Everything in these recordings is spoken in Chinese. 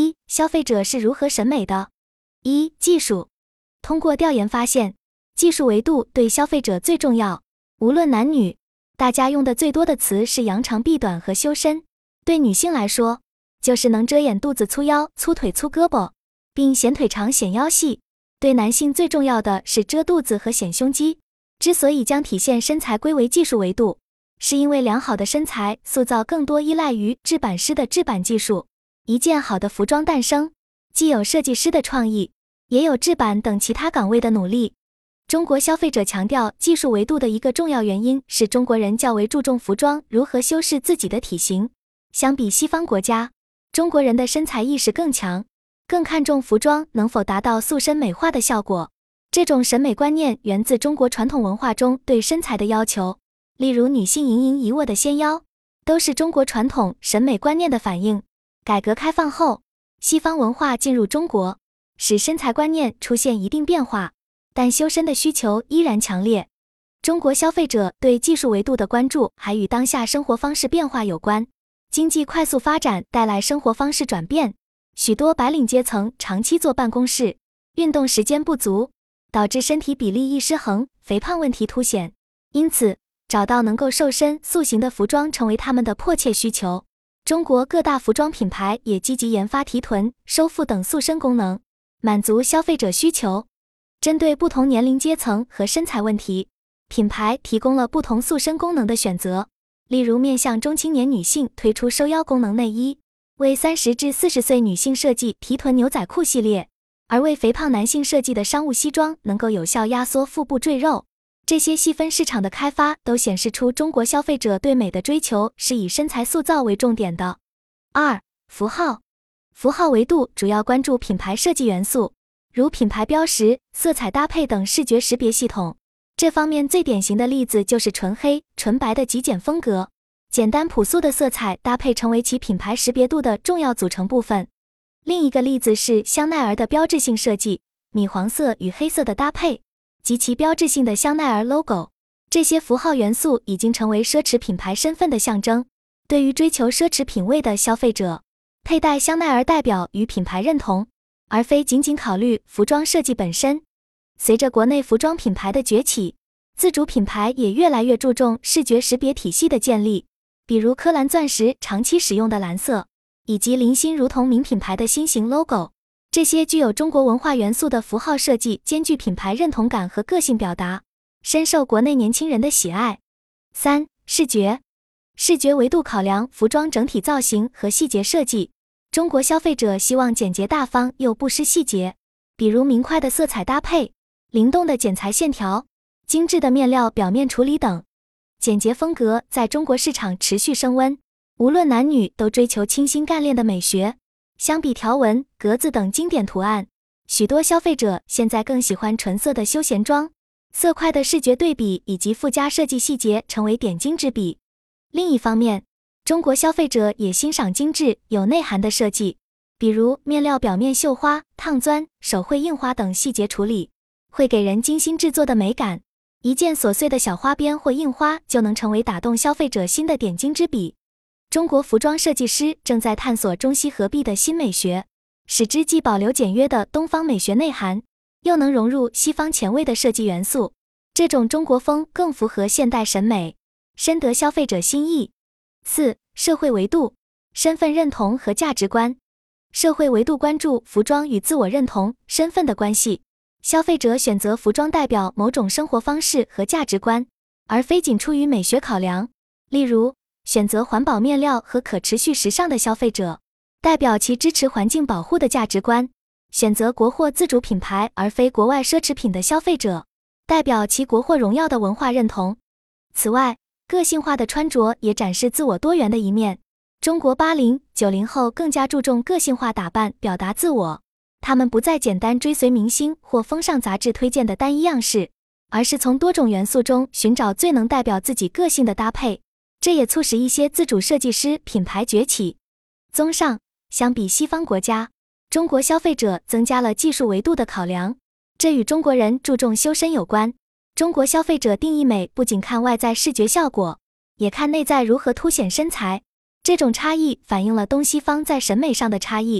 一、消费者是如何审美的？一、技术。通过调研发现，技术维度对消费者最重要。无论男女，大家用的最多的词是扬长避短和修身。对女性来说，就是能遮掩肚子粗腰、粗腿粗胳膊，并显腿长显腰细。对男性最重要的是遮肚子和显胸肌。之所以将体现身材归为技术维度，是因为良好的身材塑造更多依赖于制版师的制版技术。一件好的服装诞生，既有设计师的创意，也有制版等其他岗位的努力。中国消费者强调技术维度的一个重要原因是中国人较为注重服装如何修饰自己的体型。相比西方国家，中国人的身材意识更强，更看重服装能否达到塑身美化的效果。这种审美观念源自中国传统文化中对身材的要求，例如女性盈盈一握的纤腰，都是中国传统审美观念的反应。改革开放后，西方文化进入中国，使身材观念出现一定变化，但修身的需求依然强烈。中国消费者对技术维度的关注还与当下生活方式变化有关。经济快速发展带来生活方式转变，许多白领阶层长期坐办公室，运动时间不足，导致身体比例一失衡，肥胖问题凸显。因此，找到能够瘦身塑形的服装成为他们的迫切需求。中国各大服装品牌也积极研发提臀、收腹等塑身功能，满足消费者需求。针对不同年龄阶层和身材问题，品牌提供了不同塑身功能的选择。例如，面向中青年女性推出收腰功能内衣，为30至40岁女性设计提臀牛仔裤系列，而为肥胖男性设计的商务西装能够有效压缩腹部赘肉。这些细分市场的开发都显示出中国消费者对美的追求是以身材塑造为重点的。二、符号。符号维度主要关注品牌设计元素，如品牌标识、色彩搭配等视觉识别系统。这方面最典型的例子就是纯黑、纯白的极简风格，简单朴素的色彩搭配成为其品牌识别度的重要组成部分。另一个例子是香奈儿的标志性设计，米黄色与黑色的搭配，及其标志性的香奈儿 logo。这些符号元素已经成为奢侈品牌身份的象征。对于追求奢侈品味的消费者，佩戴香奈儿代表与品牌认同，而非仅仅考虑服装设计本身。随着国内服装品牌的崛起，自主品牌也越来越注重视觉识别体系的建立，比如科兰钻石长期使用的蓝色，以及林心如同名品牌的新型 logo。这些具有中国文化元素的符号设计兼具品牌认同感和个性表达，深受国内年轻人的喜爱。三、视觉。视觉维度考量服装整体造型和细节设计。中国消费者希望简洁大方又不失细节，比如明快的色彩搭配、灵动的剪裁线条、精致的面料表面处理等。简洁风格在中国市场持续升温，无论男女都追求清新干练的美学。相比条纹、格子等经典图案，许多消费者现在更喜欢纯色的休闲装，色块的视觉对比以及附加设计细节成为点睛之笔。另一方面，中国消费者也欣赏精致有内涵的设计，比如面料表面绣花、烫钻、手绘印花等细节处理，会给人精心制作的美感。一件琐碎的小花边或印花就能成为打动消费者心的点睛之笔。中国服装设计师正在探索中西合璧的新美学，使之既保留简约的东方美学内涵，又能融入西方前卫的设计元素。这种中国风更符合现代审美，深得消费者心意。四、社会维度。身份认同和价值观。社会维度关注服装与自我认同、身份的关系。消费者选择服装代表某种生活方式和价值观，而非仅出于美学考量。例如，选择环保面料和可持续时尚的消费者，代表其支持环境保护的价值观；选择国货自主品牌而非国外奢侈品的消费者，代表其国货荣耀的文化认同。此外，个性化的穿着也展示自我多元的一面。中国80、90后更加注重个性化打扮表达自我，他们不再简单追随明星或风尚杂志推荐的单一样式，而是从多种元素中寻找最能代表自己个性的搭配。这也促使一些自主设计师品牌崛起。综上，相比西方国家，中国消费者增加了技术维度的考量，这与中国人注重修身有关。中国消费者定义美不仅看外在视觉效果，也看内在如何凸显身材。这种差异反映了东西方在审美上的差异。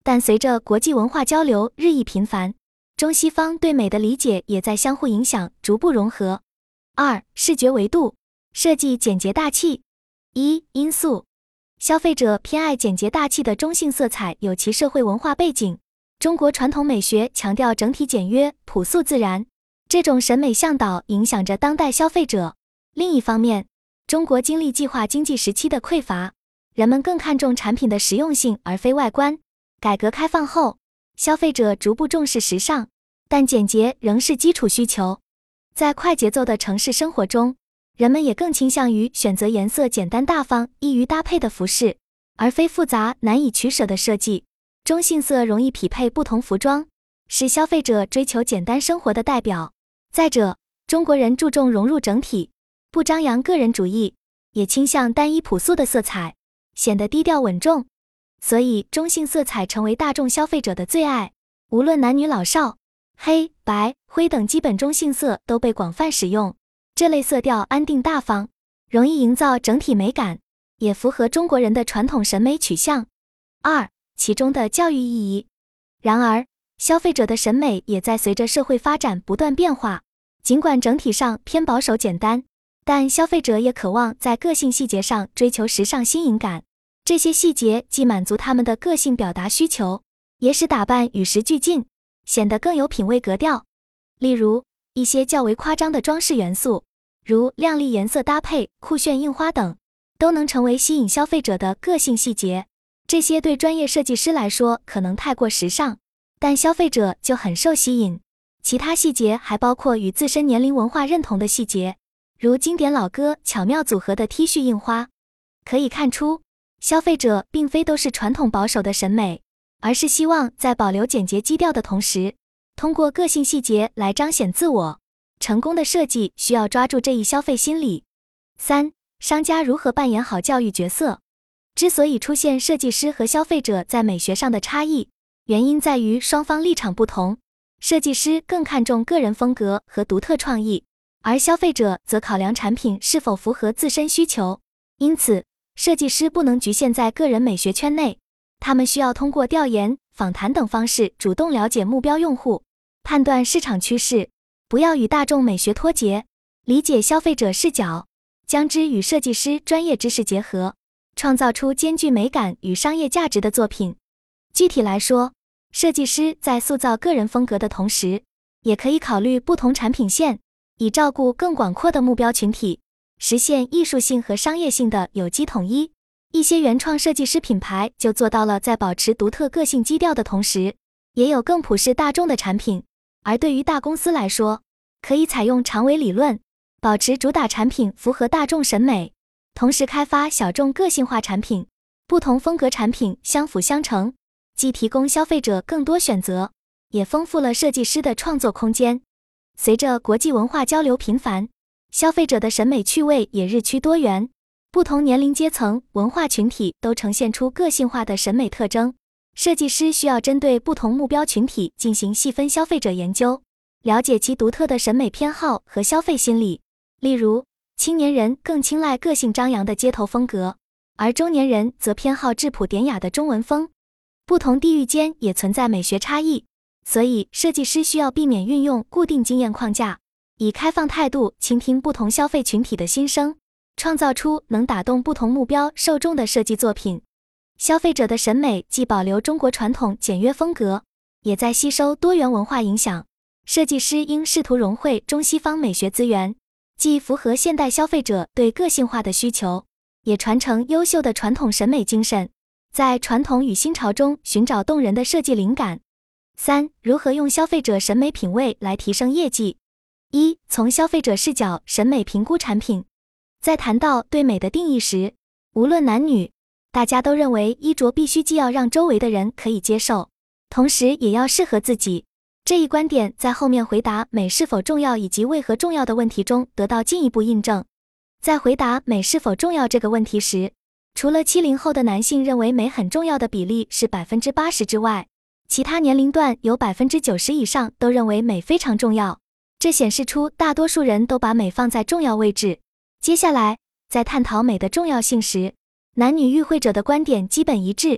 但随着国际文化交流日益频繁，中西方对美的理解也在相互影响，逐步融合。2. 视觉维度，设计简洁大气。因素，消费者偏爱简洁大气的中性色彩有其社会文化背景。中国传统美学强调整体简约、朴素自然，这种审美向导影响着当代消费者。另一方面，中国经历计划经济时期的匮乏，人们更看重产品的实用性而非外观。改革开放后，消费者逐步重视时尚，但简洁仍是基础需求。在快节奏的城市生活中，人们也更倾向于选择颜色简单大方、易于搭配的服饰，而非复杂难以取舍的设计。中性色容易匹配不同服装，是消费者追求简单生活的代表。再者，中国人注重融入整体，不张扬个人主义，也倾向单一朴素的色彩，显得低调稳重。所以，中性色彩成为大众消费者的最爱。无论男女老少，黑、白、灰等基本中性色都被广泛使用。这类色调安定大方，容易营造整体美感，也符合中国人的传统审美取向。2. 其中的教育意义。然而，消费者的审美也在随着社会发展不断变化。尽管整体上偏保守简单，但消费者也渴望在个性细节上追求时尚新颖感。这些细节既满足他们的个性表达需求，也使打扮与时俱进，显得更有品味格调。例如，一些较为夸张的装饰元素，如亮丽颜色搭配、酷炫印花等，都能成为吸引消费者的个性细节。这些对专业设计师来说可能太过时尚，但消费者就很受吸引。其他细节还包括与自身年龄文化认同的细节，如经典老歌巧妙组合的 T 恤印花。可以看出，消费者并非都是传统保守的审美，而是希望在保留简洁基调的同时，通过个性细节来彰显自我。成功的设计需要抓住这一消费心理。3. 商家如何扮演好教育角色。之所以出现设计师和消费者在美学上的差异，原因在于双方立场不同。设计师更看重个人风格和独特创意，而消费者则考量产品是否符合自身需求。因此，设计师不能局限在个人美学圈内，他们需要通过调研、访谈等方式主动了解目标用户，判断市场趋势，不要与大众美学脱节，理解消费者视角，将之与设计师专业知识结合，创造出兼具美感与商业价值的作品。具体来说，设计师在塑造个人风格的同时，也可以考虑不同产品线，以照顾更广阔的目标群体，实现艺术性和商业性的有机统一。一些原创设计师品牌就做到了在保持独特个性基调的同时，也有更普世大众的产品。而对于大公司来说，可以采用长尾理论，保持主打产品符合大众审美，同时开发小众个性化产品，不同风格产品相辅相成，既提供消费者更多选择，也丰富了设计师的创作空间。随着国际文化交流频繁，消费者的审美趣味也日趋多元，不同年龄阶层、文化群体都呈现出个性化的审美特征。设计师需要针对不同目标群体进行细分消费者研究，了解其独特的审美偏好和消费心理。例如，青年人更青睐个性张扬的街头风格，而中年人则偏好质朴典雅的中文风。不同地域间也存在美学差异，所以设计师需要避免运用固定经验框架，以开放态度倾听不同消费群体的心声，创造出能打动不同目标受众的设计作品。消费者的审美既保留中国传统简约风格，也在吸收多元文化影响。设计师应试图融汇中西方美学资源，既符合现代消费者对个性化的需求，也传承优秀的传统审美精神，在传统与新潮中寻找动人的设计灵感。3. 如何用消费者审美品味来提升业绩。1. 从消费者视角审美评估产品。在谈到对美的定义时，无论男女，大家都认为衣着必须既要让周围的人可以接受，同时也要适合自己。这一观点在后面回答美是否重要以及为何重要的问题中得到进一步印证。在回答美是否重要这个问题时，除了70后的男性认为美很重要的比例是 80% 之外，其他年龄段有 90% 以上都认为美非常重要。这显示出大多数人都把美放在重要位置。接下来，在探讨美的重要性时，男女与会者的观点基本一致，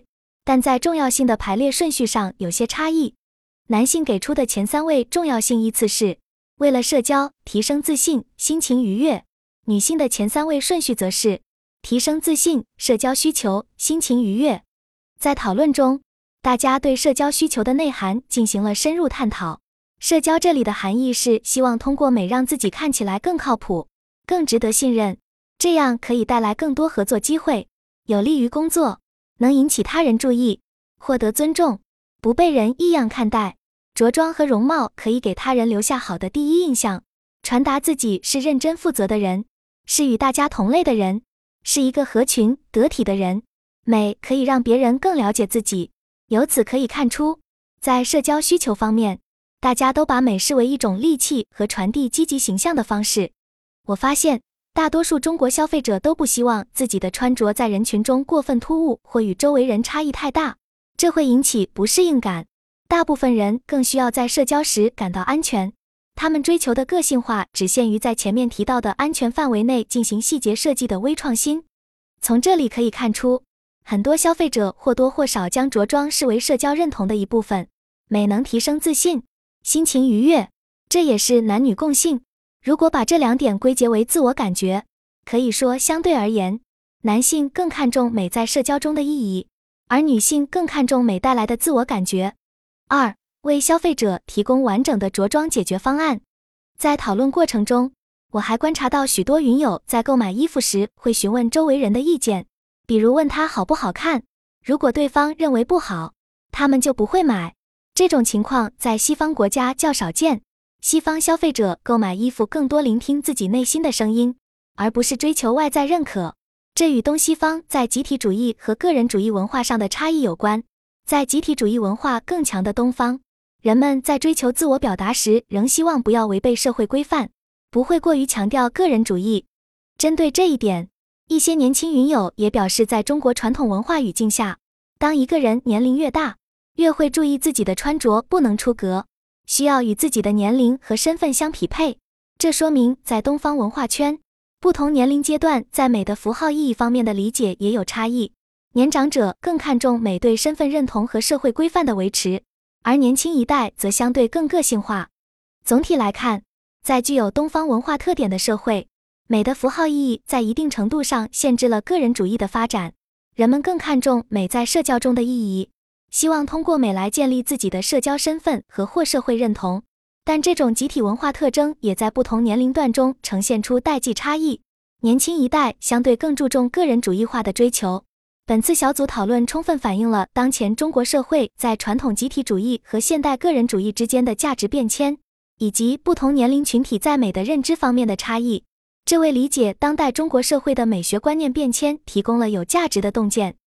但在重要性的排列顺序上有些差异。男性给出的前3位重要性依次是为了社交、提升自信、心情愉悦，女性的前3位顺序则是提升自信、社交需求、心情愉悦。在讨论中，大家对社交需求的内涵进行了深入探讨。社交这里的含义是希望通过美让自己看起来更靠谱、更值得信任，这样可以带来更多合作机会，有利于工作，能引起他人注意，获得尊重，不被人异样看待。着装和容貌可以给他人留下好的第一印象，传达自己是认真负责的人，是与大家同类的人，是一个合群得体的人。美可以让别人更了解自己。由此可以看出，在社交需求方面，大家都把美视为一种利器和传递积极形象的方式。我发现，大多数中国消费者都不希望自己的穿着在人群中过分突兀或与周围人差异太大，这会引起不适应感。大部分人更需要在社交时感到安全，他们追求的个性化只限于在前面提到的安全范围内进行细节设计的微创新。从这里可以看出，很多消费者或多或少将着装视为社交认同的一部分。美能提升自信、心情愉悦，这也是男女共性。如果把这2点归结为自我感觉，可以说相对而言，男性更看重美在社交中的意义，而女性更看重美带来的自我感觉。2. 为消费者提供完整的着装解决方案。在讨论过程中，我还观察到许多云友在购买衣服时会询问周围人的意见，比如问他好不好看，如果对方认为不好，他们就不会买。这种情况在西方国家较少见，西方消费者购买衣服更多聆听自己内心的声音，而不是追求外在认可。这与东西方在集体主义和个人主义文化上的差异有关。在集体主义文化更强的东方，人们在追求自我表达时仍希望不要违背社会规范，不会过于强调个人主义。针对这一点，一些年轻云友也表示，在中国传统文化语境下，当一个人年龄越大，越会注意自己的穿着不能出格，需要与自己的年龄和身份相匹配。这说明在东方文化圈，不同年龄阶段在美的符号意义方面的理解也有差异。年长者更看重美对身份认同和社会规范的维持，而年轻一代则相对更个性化。总体来看，在具有东方文化特点的社会，美的符号意义在一定程度上限制了个人主义的发展，人们更看重美在社交中的意义，希望通过美来建立自己的社交身份和或社会认同。但这种集体文化特征也在不同年龄段中呈现出代际差异，年轻一代相对更注重个人主义化的追求。本次小组讨论充分反映了当前中国社会在传统集体主义和现代个人主义之间的价值变迁，以及不同年龄群体在美的认知方面的差异。这为理解当代中国社会的美学观念变迁提供了有价值的洞见。